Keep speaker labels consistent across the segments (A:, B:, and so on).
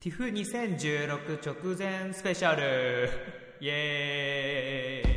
A: TIFF2016 直前スペシャルイエーイ。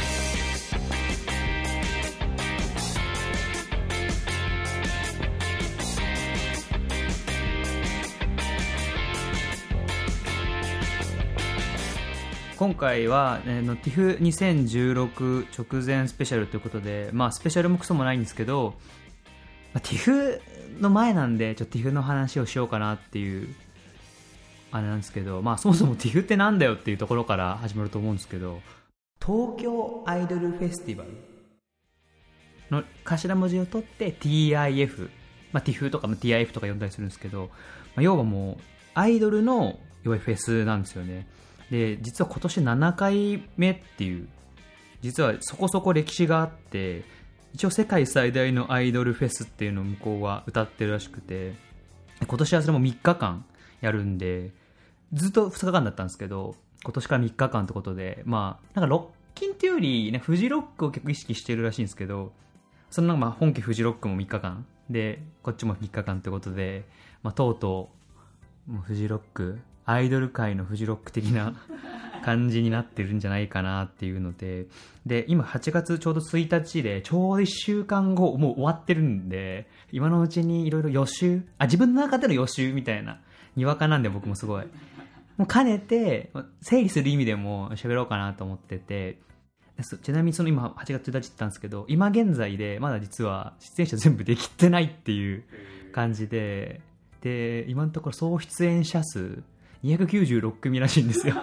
A: 今回は、TIFF2016 直前スペシャルということで、スペシャルもクソもないんですけど、TIFF の前なんでちょっと TIFF の話をしようかなっていうあれなんですけど、そもそも TIFF ってなんだよっていうところから始まると思うんですけど、東京アイドルフェスティバルの頭文字を取って TIF、TIFF とか TIF とか呼んだりするんですけど、要はもうアイドルのフェスなんですよね。で、実は今年7回目っていう、実はそこそこ歴史があって、一応世界最大のアイドルフェスっていうのを向こうは歌ってるらしくて、今年はそれも3日間やるんで、ずっと2日間だったんですけど、今年から3日間ってことで、なんかロッキンっていうより、フジロックを結構意識してるらしいんですけど、その本家フジロックも3日間で、こっちも3日間ってことで、とうとうフジロック、アイドル界のフジロック的な感じになってるんじゃないかなっていうので、今8月ちょうど1日でちょうど1週間後もう終わってるんで、今のうちにいろいろ予習、自分の中での予習みたいな、にわかなんで僕もすごいもう兼ねて整理する意味でも喋ろうかなと思ってて、ちなみにその今8月1日って言ったんですけど、今現在でまだ実は出演者全部できてないっていう感じで、今のところ総出演者数296組らしいんですよ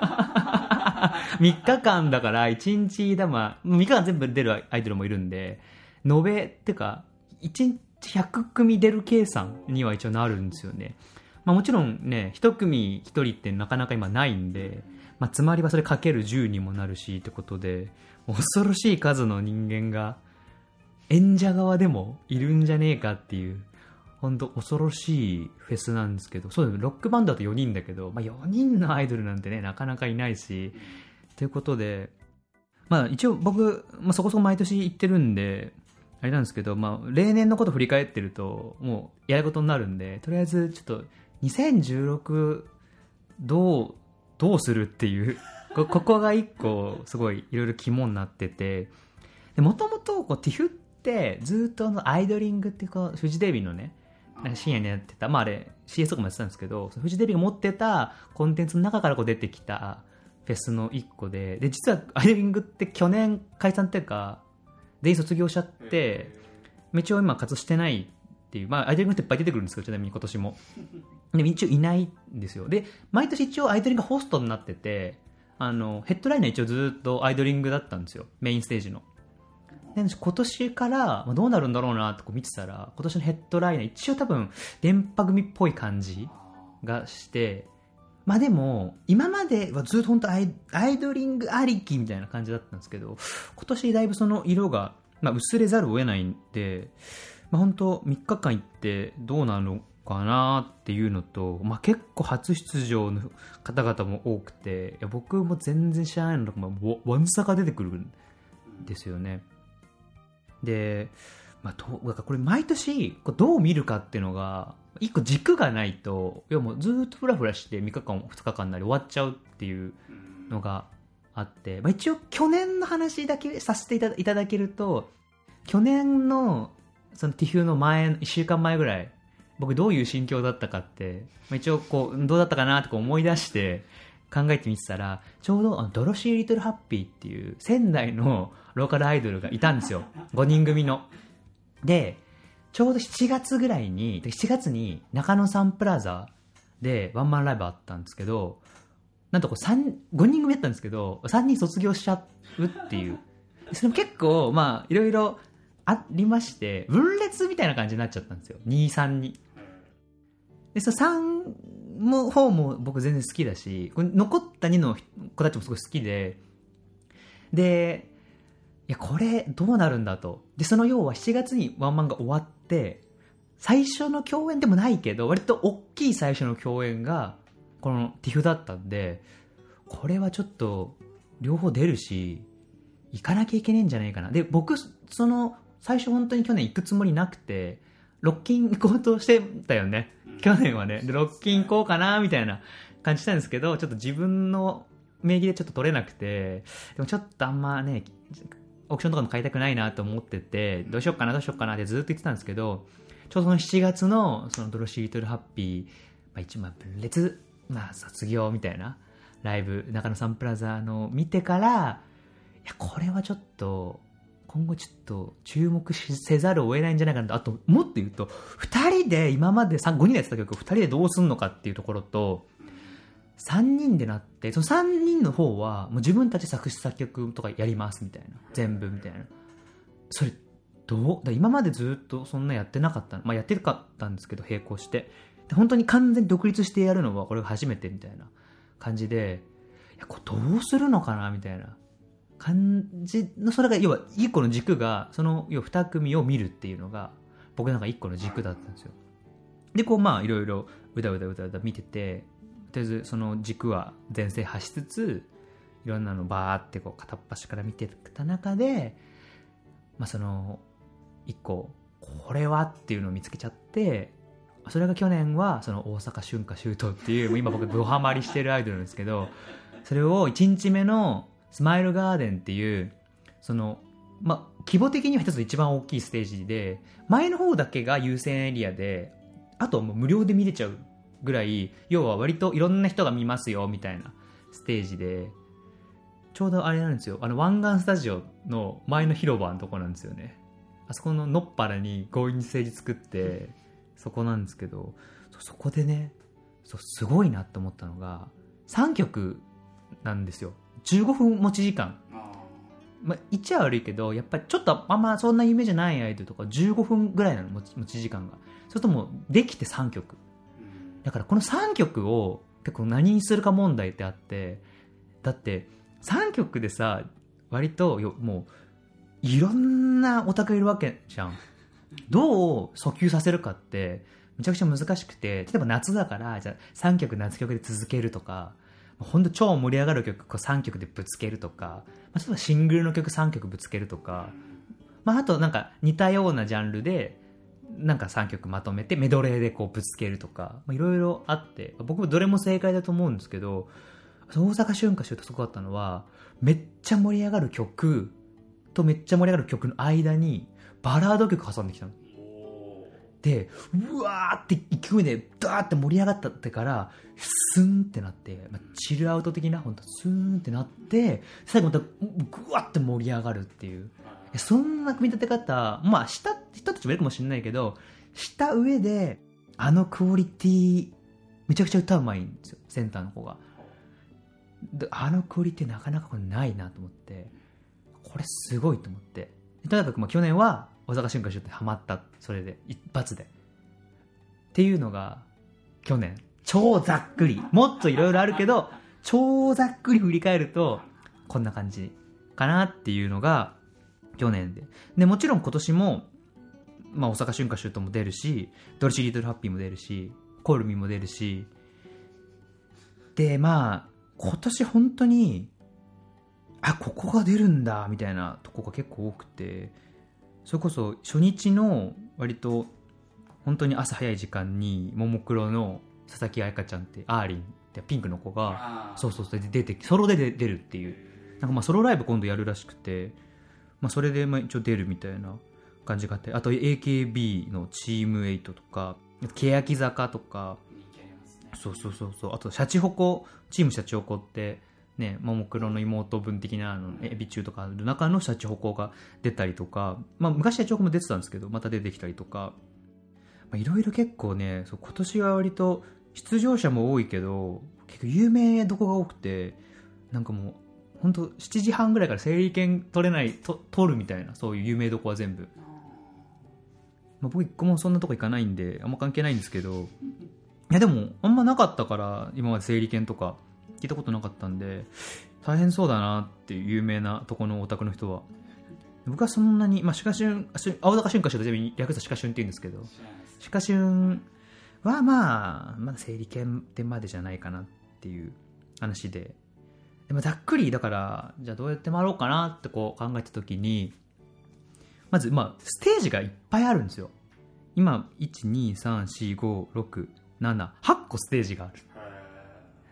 A: 3日間だから1日だ、3日間全部出るアイドルもいるんで、延べってか1日100組出る計算には一応なるんですよね。もちろんね、1組1人ってなかなか今ないんで、つまりはそれかける10にもなるしってことで、恐ろしい数の人間が演者側でもいるんじゃねえかっていう、本当恐ろしいフェスなんですけど、そうです。ロックバンドだと4人だけど、4人のアイドルなんてね、なかなかいないし、ということで、一応僕、そこそこ毎年行ってるんで、あれなんですけど、例年のこと振り返ってると、もうやることになるんで、とりあえずちょっと、2016どうするっていうここが一個すごいいろいろ肝になってて、もともと TIFF ってずっとアイドリングっていうフジテレビのね、深夜にやってた、あれ CS とかもやってたんですけど、フジテレビが持ってたコンテンツの中から出てきたフェスの一個で、実はアイドリングって去年解散っていうか全員卒業しちゃって、一応今活動してないっていう、アイドリングっていっぱい出てくるんですけど、ちなみに今年もでも一応いないんですよ。で、毎年一応アイドリングがホストになってて、ヘッドライナー一応ずっとアイドリングだったんですよ、メインステージの。で、今年からどうなるんだろうなって見てたら、今年のヘッドライナー一応多分電波組っぽい感じがして、でも今まではずっと本当アイドリングありきみたいな感じだったんですけど、今年だいぶその色が、薄れざるを得ないんで、本当3日間行ってどうなるのかなっていうのと、結構初出場の方々も多くて、僕も全然知らないのがワンサが出てくるんですよね。で、これ毎年どう見るかっていうのが一個軸がないと、もうずっとフラフラして3日間2日間なり終わっちゃうっていうのがあって、一応去年の話だけさせていただけると、去年のその TIFF の1週間前ぐらい、僕どういう心境だったかって、一応どうだったかなって思い出して考えてみてたら、ちょうどドロシー・リトル・ハッピーっていう仙台のローカルアイドルがいたんですよ。5人組の。で、ちょうど7月に中野サンプラザでワンマンライブあったんですけど、なんと5人組だったんですけど、3人卒業しちゃうっていう。それも結構いろいろありまして、分裂みたいな感じになっちゃったんですよ、2、3に。で、その3の方も僕全然好きだし、残った2の子たちもすごい好きで、いやこれどうなるんだと。で、その要は7月にワンマンが終わって、最初の共演でもないけど割と大きい最初の共演がこの TIFF だったんで、これはちょっと両方出るし行かなきゃいけねえんじゃないかな。で、僕その最初本当に去年行くつもりなくて、ロッキン行こうとしてたよね、去年はね。で、ロッキン行こうかなみたいな感じたんですけど、ちょっと自分の名義でちょっと取れなくて、でもちょっとあんまね、オークションとかも買いたくないなと思ってて、どうしようかなってずっと言ってたんですけど、ちょうどその7月のそのドロシー・リトル・ハッピー、一応分裂、卒業みたいなライブ、中野サンプラザの見てから、いや、これはちょっと、今後ちょっと注目せざるを得ないんじゃないかなと。あと、もっと言うと、2人で今まで5人でやってた曲を2人でどうすんのかっていうところと、3人でなって、その3人の方はもう自分たち作詞作曲とかやりますみたいな、全部みたいな。それ今までずっとそんなやってなかった、やってなかったんですけど、並行してで本当に完全に独立してやるのはこれが初めてみたいな感じで、いや、これどうするのかなみたいな感じの、それが要は1個の軸が、その要は2組を見るっていうのが僕なんか1個の軸だったんですよ。でこういろいろうだうだ見てて、とりあえずその軸は全制覇しつつ、いろんなのバーってこう片っ端から見てた中で、その1個これはっていうのを見つけちゃって、それが去年はその大阪春夏秋冬っていう今僕ドハマりしてるアイドルなんですけど、それを1日目のスマイルガーデンっていうその規模的には一つ一番大きいステージで、前の方だけが優先エリアで、あとはもう無料で見れちゃうぐらい、要は割といろんな人が見ますよみたいなステージで、ちょうどあれなんですよ、湾岸スタジオの前の広場のとこなんですよね。あそこののっぱらに強引にステージ作って、そこなんですけど、そこでね、すごいなって思ったのが3曲なんですよ。15分持ち時間。言っちゃ悪いけど、やっぱりちょっとあんまそんな夢じゃないアイドルとか15分ぐらいなの、持ち時間が。それともできて3曲だから、この3曲を結構何にするか問題ってあって、だって3曲でさ、割ともういろんなオタクいるわけじゃん。どう訴求させるかってめちゃくちゃ難しくて、例えば夏だからじゃあ3曲夏曲で続けるとか、ほんと超盛り上がる曲3曲でぶつけるとか、例えばシングルの曲3曲ぶつけるとか、あとなんか似たようなジャンルでなんか3曲まとめてメドレーでこうぶつけるとか、いろいろあって、僕もどれも正解だと思うんですけど、大阪春夏秋冬すごかったのは、めっちゃ盛り上がる曲とめっちゃ盛り上がる曲の間にバラード曲挟んできたので、うわーって勢いでダーって盛り上がったってからスンってなって、チルアウト的な、本当スーンってなって、最後またグワッて盛り上がるっていう、そんな組み立て方、した人たちもいるかもしれないけど、した上であのクオリティ、めちゃくちゃ歌うまいんですよ、センターの子が。であのクオリティなかなかないなと思って、これすごいと思って、とにかく去年は大阪春夏秋冬ってハマった、それで一発でっていうのが去年。超ざっくり、もっといろいろあるけど超ざっくり振り返るとこんな感じかなっていうのが去年で、もちろん今年も、大阪春夏秋冬も出るし、ドルシー・リトル・ハッピーも出るし、コールミも出るしで、今年本当にここが出るんだみたいなとこが結構多くて、それこそ初日の割と本当に朝早い時間にももクロの佐々木彩香ちゃんってアーリンってピンクの子がそう出てソロで出るっていう、なんかソロライブ今度やるらしくて、それで一応出るみたいな感じがあって、あと AKB のチーム8とか欅坂とか、そうあとシャチホコチームシャチホコってね、ももクロの妹分的なエビ中とかの中のシャチホコが出たりとか、昔シャチホコも出てたんですけどまた出てきたりとか、いろいろ結構ね、今年は割と出場者も多いけど結構有名どこが多くて、なんかもう本当7時半ぐらいから整理券取るみたいな、そういう有名どこは全部、僕一個もそんなとこ行かないんであんま関係ないんですけど、いやでもあんまなかったから、今まで整理券とか聞いたことなかったんで大変そうだなっていう、有名なとこのオタクの人は。僕はそんなに、青高春夏秋冬略すと鹿春って言うんですけど、鹿春はまだ整理券ってまでじゃないかなっていう話で、でもざっくりだから、じゃあどうやって回ろうかなってこう考えた時に、まずステージがいっぱいあるんですよ。今 1,2,3,4,5,6,7,8 個ステージがある。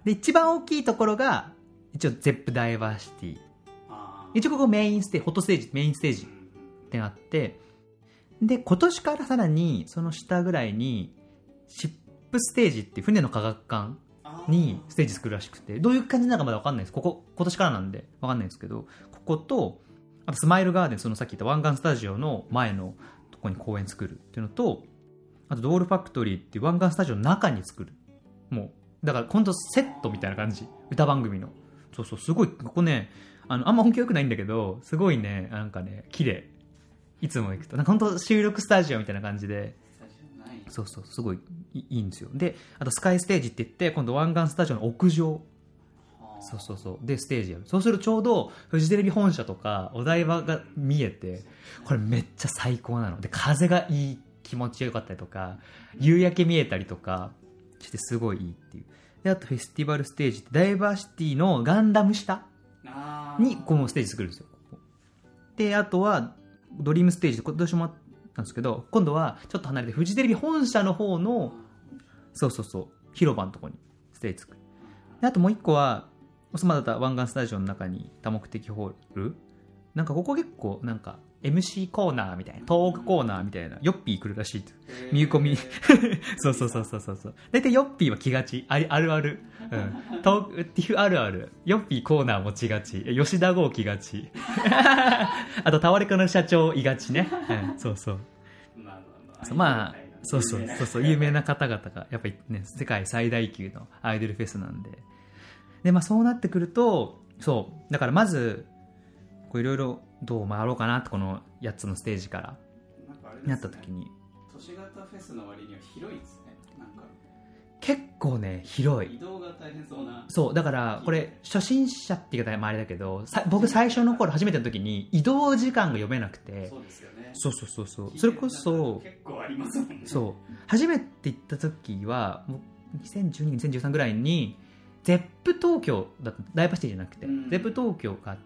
A: で一番大きいところが一応 ZEP ダイバーシティ、一応ここメインステージ、フォトステージ、メインステージってなって、で今年からさらにその下ぐらいにシップステージっていう船の科学館にステージ作るらしくて、どういう感じなのかまだ分かんないです。今年からなんで分かんないですけど、こことあとスマイルガーデン、そのさっき言った湾岸スタジオの前のとこに公園作るっていうのと、あとドールファクトリーっていう湾岸スタジオの中に作る、もうだから今度セットみたいな感じ、歌番組の。そうそう、すごいここね、あんま本気良くないんだけど、すごいね、なんかね綺麗、いつも行くとなんか本当収録スタジオみたいな感じで、そうそう、すごいいいんですよ。であとスカイステージって言って、今度湾岸スタジオの屋上、そうそうそうでステージやる。そうするとちょうどフジテレビ本社とかお台場が見えて、これめっちゃ最高なので、風がいい、気持ちよかったりとか、夕焼け見えたりとかしてすごいいいっていう。であとフェスティバルステージってダイバーシティのガンダム下にこのステージ作るんですよ。であとはドリームステージで今年もあったんですけど、今度はちょっと離れてフジテレビ本社の方のそうそうそう広場のところにステージ作る。であともう一個はまだった湾岸スタジオの中に多目的ホール、なんかここ結構なんか MC コーナーみたいな、トークコーナーみたいな、ヨッピー来るらしい。見込みそうそうそうそうそう。大体ヨッピーは来がち、あるある、うん、トークっていうあるある、ヨッピーコーナー持ちがち、吉田剛来がちあとタワレコの社長いがちね、うん、そうそうまあそうそうそうそう、有名な方々がやっぱりね、世界最大級のアイドルフェスなんで、でまあそうなってくると、そうだからまずいろいろどう回ろうかなって、この8つのステージからなった時に、
B: 都市型フェスの割には広いですね。なんか
A: 結構ね広い、
B: 移動が大変そうな。
A: そうだからこれ初心者って言い方もあれだけど、僕最初の頃初めての時に移動時間が読めなくて、
B: そうですよね。
A: そうそうそうそう、それこそ
B: 結構ありますもんね。
A: そう初めて行った時はもう2012年2013ぐらいに ZEP 東京だった、ダイバーシティじゃなくて、ZEP 東京があって、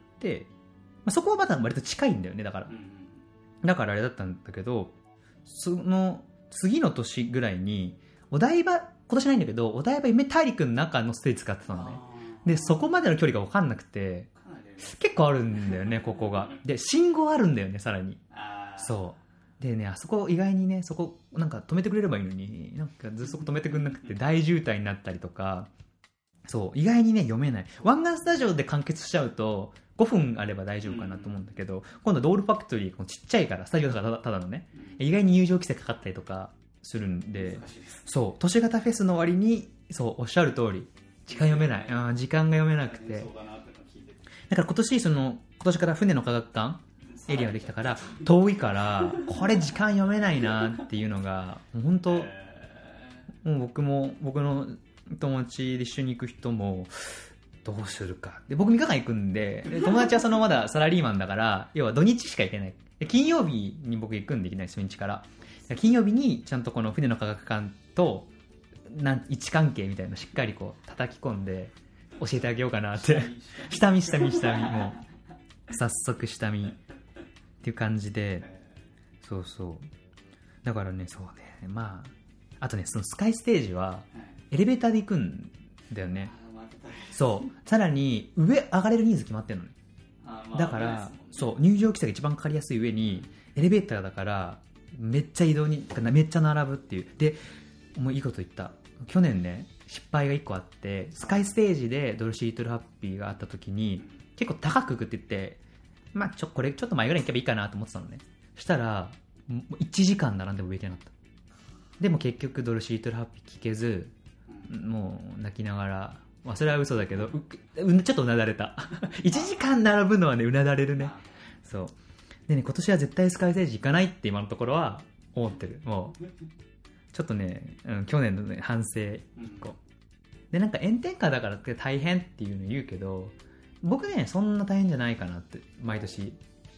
A: そこはまだ割と近いんだよね。だからあれだったんだけど、その次の年ぐらいにお台場、今年ないんだけどお台場夢大陸の中のステージ使ってたのね。でそこまでの距離が分かんなくて、結構あるんだよねここが。で信号あるんだよね、さらに。そうでね、あそこ意外にね、そこなんか止めてくれればいいのに、なんかずっとそこ止めてくれなくて大渋滞になったりとか、そう意外にね読めない。湾岸スタジオで完結しちゃうと5分あれば大丈夫かなと思うんだけど、今度ドールファクトリーちっちゃいからスタジオだからただのね、意外に入場規制かかったりとかするんで、そう都市型フェスの割に、そうおっしゃる通り時間読めない、時間が読めなくて、だから今年から船の科学館エリアができたから遠いから、これ時間読めないなっていうのがもう本当、もう僕の友達で一緒に行く人もどうするかで、僕3日間行くんで、友達はまだサラリーマンだから要は土日しか行けない。で金曜日に僕行くんでいきないですよ、日から金曜日にちゃんとこの船の科学館と位置関係みたいなのしっかりこう叩き込んで教えてあげようかなって下見もう早速下見っていう感じで、そうそうだからね、そうね、まああとね、そのスカイステージはエレベーターで行くんだよね。そうさらに上上がれる人数決まってるのね。だからそう入場規制が一番かかりやすい上にエレベーターだからめっちゃ移動にめっちゃ並ぶっていう。でもういいこと言った。去年ね失敗が1個あって、スカイステージでドルシートルハッピーがあった時に結構高くって言って、まあこれちょっと前ぐらいに行けばいいかなと思ってたのね。したら1時間並んでも上行けなかった。でも結局ドルシートルハッピー聞けず、もう泣きながら、まあ、それは嘘だけどちょっとうなだれた1時間並ぶのはねうなだれるね。そうでね、今年は絶対スカイステージ行かないって今のところは思ってる。もうちょっとね、去年の、ね、反省1個で、なんか炎天下だからって大変っていうの言うけど、僕ねそんな大変じゃないかなって。毎年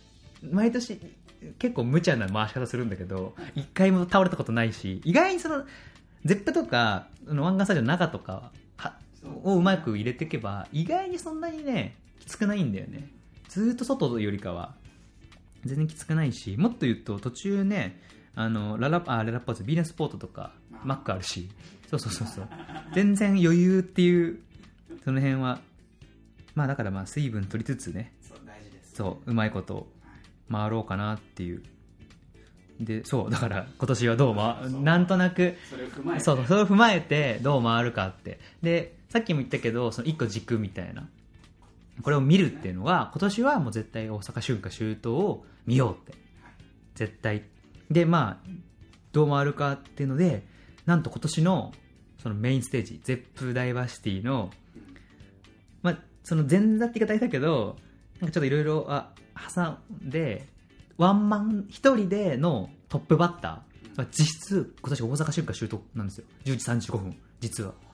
A: 結構無茶な回し方するんだけど、一回も倒れたことないし、意外にZEP とか湾岸スタジオの中とかをうまく入れていけば意外にそんなにねきつくないんだよね。ずっと外よりかは全然きつくないし、もっと言うと途中ねララポーツビーナスポートとかマックあるし、そう全然余裕っていうその辺はまあだからまあ水分取りつつね、
B: そう大事です。
A: そううまいこと回ろうかなっていう。でそうだから今年はどうなんとなく
B: それを踏まえて、
A: そうそれを踏まえてどう回るかって。でさっきも言ったけど、その一個軸みたいな、これを見るっていうのが今年はもう絶対大阪春夏秋冬を見ようって絶対で、まあどう回るかっていうので、なんと今年のそのメインステージゼップダイバーシティの、まあその前座って言い方だけど、なんかちょっといろいろ挟んでワンマン一人でのトップバッター、実質今年大阪春夏秋冬なんですよ。10時35分実は。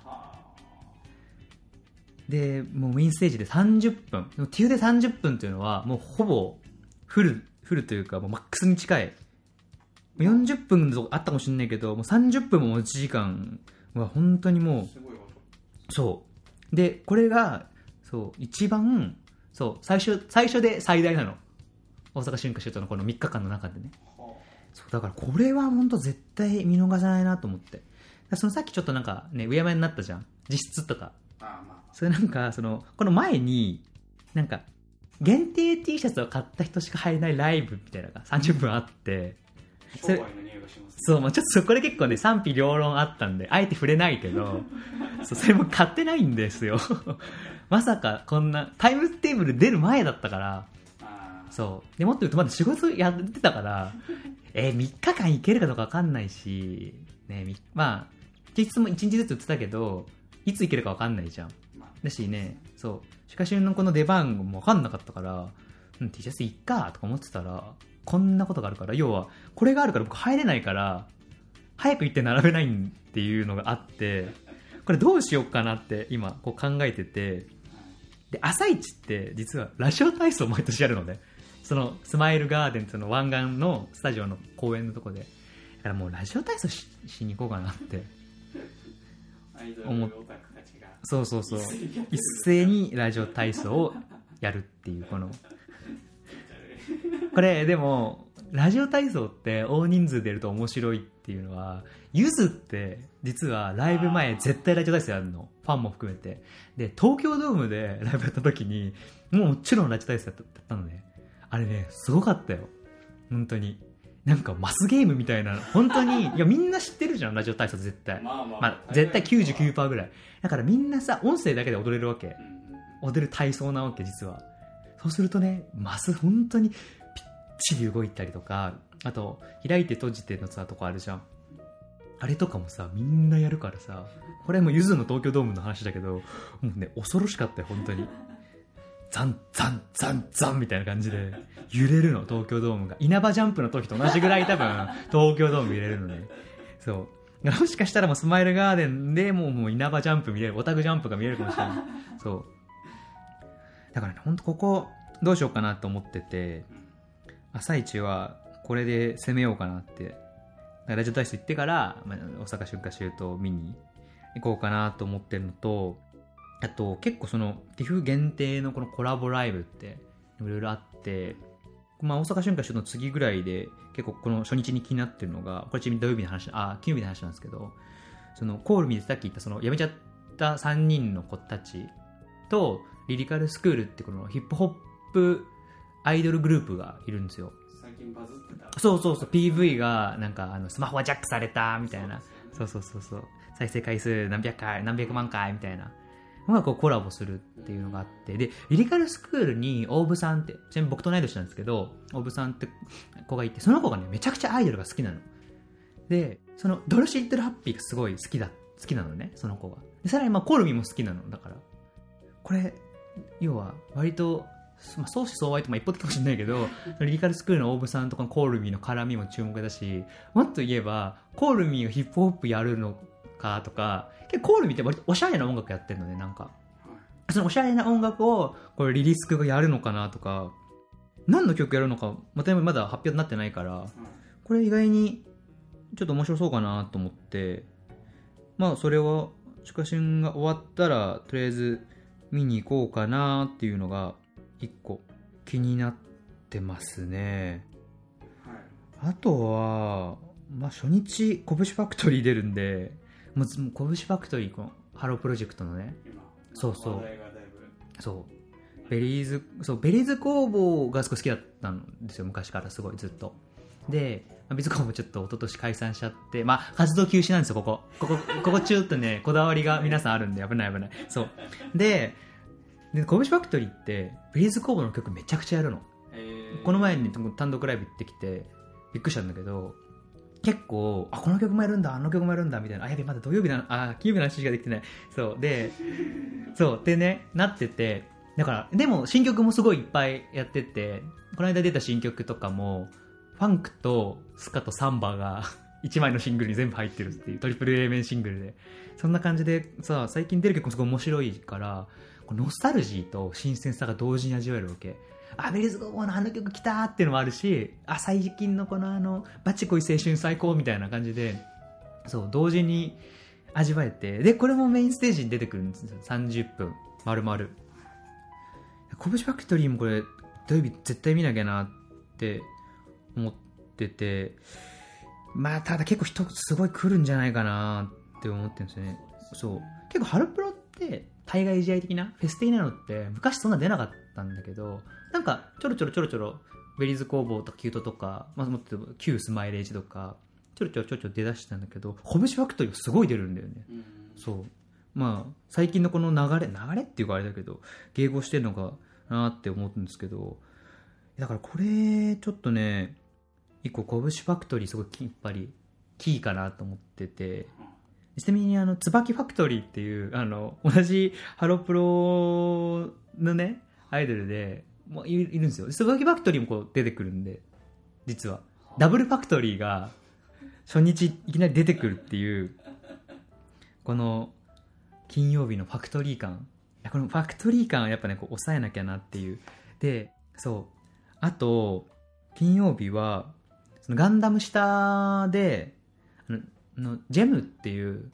A: でもうメインステージで30分、ティフで30分というのはもうほぼフルというかもうマックスに近い。40分あったかもしれないけど、もう30分も1時間は本当にもう
B: すごいわ。
A: そうで、これがそう一番そう最初で最大なの、大阪春夏秋冬のこの3日間の中でね。そうだからこれは本当絶対見逃さないなと思って。そのさっきちょっとなんかねうやむやになったじゃん、実質とか。それなんかこの前になんか限定 T シャツを買った人しか入れないライブみたいなのが30分あって、
B: 商売の匂いがしますね。
A: そう、まあ、ちょっとこれ結構ね賛否両論あったんであえて触れないけどそうそれも買ってないんですよまさかこんなタイムテーブル出る前だったから。そうでもっと言うとまだ仕事やってたから3日間行けるかどうか分かんないし、ね、まあ実質も1日ずつ売ってたけどいつ行けるか分かんないじゃん。だしね、そうシカシュンのこの出番も分かんなかったから、T シャツいっかとか思ってたらこんなことがあるから、要はこれがあるから僕入れないから早く行って並べないっていうのがあって、これどうしようかなって今こう考えてて、で朝一って実はラジオ体操を毎年やるので、そのスマイルガーデンとの湾岸のスタジオの公園のとこで、だからもうラジオ体操 しに行こうかなって思って、そう一斉にラジオ体操をやるっていう、これでもラジオ体操って大人数でやると面白いっていうのは、ゆずって実はライブ前絶対ラジオ体操やるの、ファンも含めて。で東京ドームでライブやった時にもちろんラジオ体操やったので、あれねすごかったよ本当に。なんかマスゲームみたいな、本当にいやみんな知ってるじゃんラジオ体操絶対、まあ絶対 99% ぐらいだからみんなさ音声だけで踊れるわけ、踊る体操なわけ実は。そうするとねマス本当にぴっちり動いたりとか、あと開いて閉じてのさとこあるじゃん、あれとかもさみんなやるからさ、これもゆずの東京ドームの話だけどもうね恐ろしかったよ本当に。ザンザンザンザンみたいな感じで揺れるの東京ドームが。稲葉ジャンプの時と同じぐらい多分東京ドーム揺れるのね。そうもしかしたらもうスマイルガーデンでもう稲葉ジャンプ見れる、オタクジャンプが見れるかもしれない。そうだからね本当ここどうしようかなと思ってて、朝一はこれで攻めようかなって、ラジオ体操行ってから、大阪春夏秋冬見に行こうかなと思ってるのと、あと結構そのTIFF限定のこのコラボライブっていろいろあって、大阪春夏秋冬の次ぐらいで結構この初日に気になってるのが、これちなみに土曜日の話、金曜日の話なんですけど、そのコールミでさっき言ったその辞めちゃった3人の子たちとリリカルスクールってこのヒップホップアイドルグループがいるんですよ。
B: 最近バズってた。
A: そう PV がなんかスマホがジャックされたみたいな、そう再生回数何百万回みたいなのがこうコラボするっていうのがあって、でリリカルスクールにオーブさんって、ちなみに僕と同い年なんですけど、オーブさんって子がいて、その子がねめちゃくちゃアイドルが好きなので、そのドルシッドルハッピーがすごい好きなのねその子が。でさらにコルミも好きなのだから、これ要は割と相思相愛と一方的かもしれないけどリリカルスクールのオーブさんとかのコールミーの絡みも注目だし、もっと言えばコールミーがヒップホップやるのかとか、結構コールミーって割とおしゃれな音楽やってるのね。なんかそのおしゃれな音楽をこれリリスクがやるのかなとか、何の曲やるのかまだ発表になってないから、これ意外にちょっと面白そうかなと思って、それはシカシュンが終わったらとりあえず見に行こうかなっていうのが一個気になってますね。あとは初日拳ファクトリー出るんで、もう拳ファクトリーこのハロープロジェクトのね、 そうそう
B: 話題がだいぶ
A: そうベリーズ工房がすごい好きだったんですよ、昔からすごいずっと。でビズ工房ちょっと一昨年解散しちゃって、まあ活動休止なんですよ。ここちょっとねこだわりが皆さんあるんで危ないそうで拳ファクトリーってベリーズ工房の曲めちゃくちゃやるの。この前に単独ライブ行ってきてびっくりしたんだけど、結構この曲もやるんだあの曲もやるんだみたいな、やべまだ土曜日だな、金曜日の話しかできてない。そうでねなってて、だからでも新曲もすごいいっぱいやってて、この間出た新曲とかもファンクとスカとサンバが1枚のシングルに全部入ってるっていうトリプル A 面シングルで、そんな感じでさ、最近出る曲もすごい面白いから、ノスタルジーと新鮮さが同時に味わえるわけ。ベリーズ工房のあの曲来たーっていうのもあるし、最近のこのバチコイ青春最高みたいな感じで、そう同時に味わえて、でこれもメインステージに出てくるんですよ、30分丸々。拳ファクトリーもこれ土曜日絶対見なきゃなって思ってて、ただ結構人すごい来るんじゃないかなって思ってるんですよね。そう結構ハロプロって対外試合的なフェス的なのって昔そんな出なかったんだけど、なんかちょろちょろベリーズ工房とかキュートとか、もっと旧スマイレージとかちょろちょろ出だしてたんだけど、拳ファクトリーはすごい出るんだよね。そう最近のこの流れっていうかあれだけど迎合してるのかなって思うんですけど、だからこれちょっとね一個拳ファクトリーすごいやっぱりキーかなと思ってて、ちなみに椿ファクトリーっていう同じハロプロのねアイドルでもういるんですよ。椿ファクトリーもこう出てくるんで、実はダブルファクトリーが初日いきなり出てくるっていう、この金曜日のファクトリー感、このファクトリー感はやっぱねこう抑えなきゃなっていう。であと金曜日はそのガンダム下でジェムっていう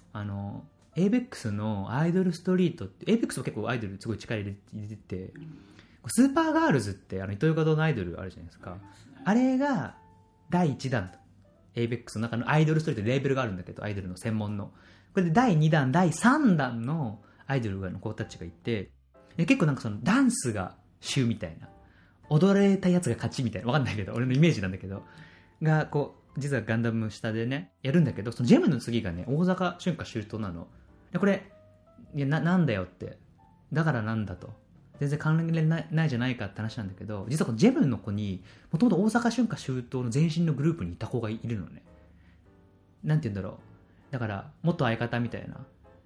A: ABEX のアイドルストリートって ABEX は結構アイドルすごい力入れてて、スーパーガールズってイトーヨーカドーのアイドルあるじゃないですか。あれが第1弾と ABEX の中のアイドルストリートレーベルがあるんだけど、アイドルの専門のこれで第2弾第3弾のアイドルの子たちがいて、結構なんかそのダンスが主みたいな、踊れたやつが勝ちみたいな、わかんないけど俺のイメージなんだけどがこう実はガンダム下でねやるんだけど、そのジェムの次がね大阪春夏秋冬なの。でこれなんだよって、だからなんだと全然関連ないじゃないかって話なんだけど、実はこのジェムの子にもともと大阪春夏秋冬の前身のグループにいた子がいるのね。なんて言うんだろう、だから元相方みたいな、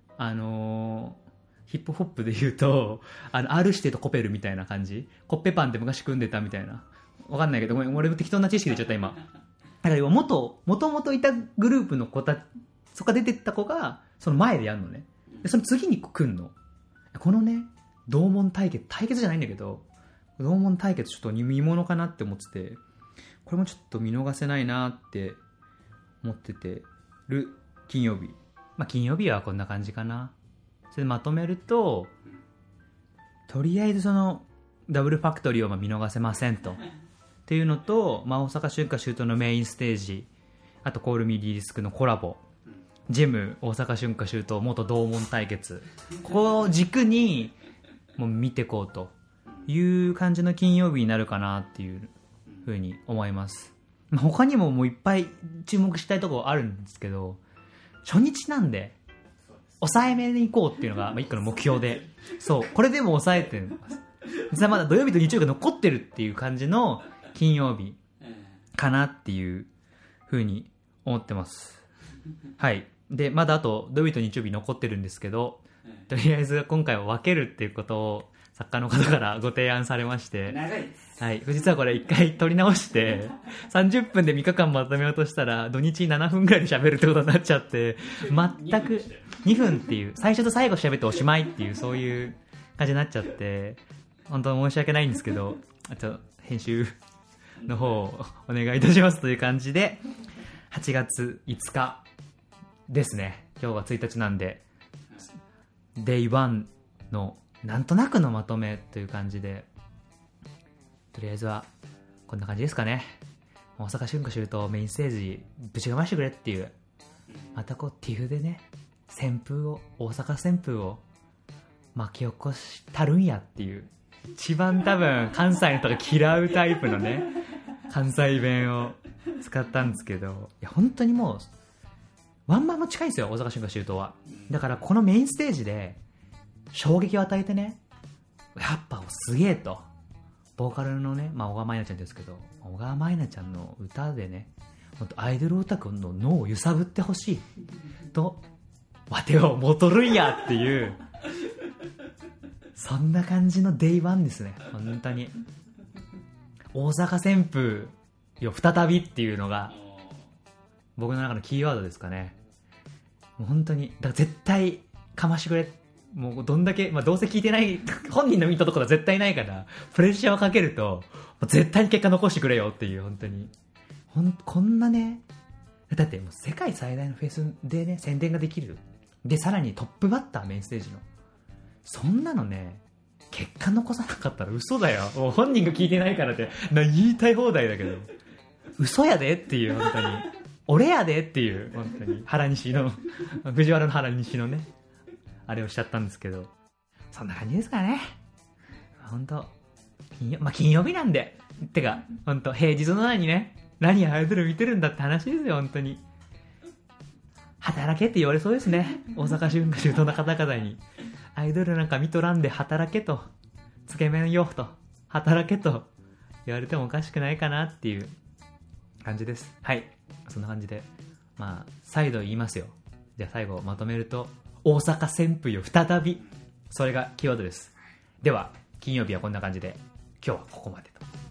A: ヒップホップで言うとR 指定とコペルみたいな感じ、コッペパンって昔組んでたみたいな、わかんないけどごめん俺も適当な知識で言っちゃった今。だからもともといたグループの子たち、そこから出てった子がその前でやるのね。でその次に来るの、このね同門対決じゃないんだけど、同門対決ちょっと見ものかなって思ってて、これもちょっと見逃せないなって思っててる金曜日。金曜日はこんな感じかな。それでまとめると、とりあえずそのダブルファクトリーを見逃せませんとっていうのと、大阪春夏秋冬のメインステージ、あとコールミーリースクのコラボ、ジェム大阪春夏秋冬元同門対決、ここを軸にもう見てこうという感じの金曜日になるかなっていうふうに思います。他にももういっぱい注目したいところあるんですけど、初日なんで抑えめに行こうっていうのが一個の目標で、これでも抑えてます。実はまだ土曜日と日曜日が残ってるっていう感じの金曜日かなっていうふうに思ってます。はい。でまだあと土曜日と日曜日残ってるんですけど、とりあえず今回は分けるっていうことを作家の方からご提案されまして、
B: 長いです。
A: はい、実はこれ一回撮り直して30分で3日間まとめようとしたら土日7分ぐらいで喋るってことになっちゃって、全く2分っていう最初と最後喋っておしまいっていうそういう感じになっちゃって、本当申し訳ないんですけど、あと編集の方をお願いいたしますという感じで、8月5日ですね。今日は1日なんで Day1 のなんとなくのまとめという感じで、とりあえずはこんな感じですかね。大阪春夏秋冬メインステージぶちかましてくれっていう、またこうティフでね旋風を、大阪旋風を巻き起こしたるんやっていう、一番多分関西の人が嫌うタイプのね関西弁を使ったんですけど、いや本当にもうワンマンも近いんですよ、大阪春夏秋冬は。だからこのメインステージで衝撃を与えてね、やっぱすげえと、ボーカルのね、小川舞菜ちゃんですけど、小川舞菜ちゃんの歌でね、本当アイドルオタクの脳を揺さぶってほしいと、わてをもとるんやっていう、そんな感じのデイワンですね、本当に。大阪旋風よ再びっていうのが僕の中のキーワードですかね。もう本当に、だから絶対かましてくれ、もうどんだけ、どうせ聞いてない本人の見たところは絶対ないから、プレッシャーをかけると絶対に結果残してくれよっていう、本当にこんなね、だってもう世界最大のフェスでね宣伝ができる、でさらにトップバッターメインステージの、そんなのね結果残さなかったら嘘だよ。もう本人が聞いてないからって言いたい放題だけど、嘘やでっていう、本当に俺やでっていう、本当に原西の藤原の原西のねあれをしちゃったんですけど、そんな感じですからね。本当金曜日なんで、てか本当平日の前にね何アイドル見てるんだって話ですよ。本当に働けって言われそうですね、大阪春夏秋冬の方々に。アイドルなんか見とらんで働けと、つけ麺よと働けと言われてもおかしくないかなっていう感じです。はい、そんな感じで再度言いますよ。じゃあ最後まとめると、大阪旋風よ再び、それがキーワードです。では金曜日はこんな感じで、今日はここまでと。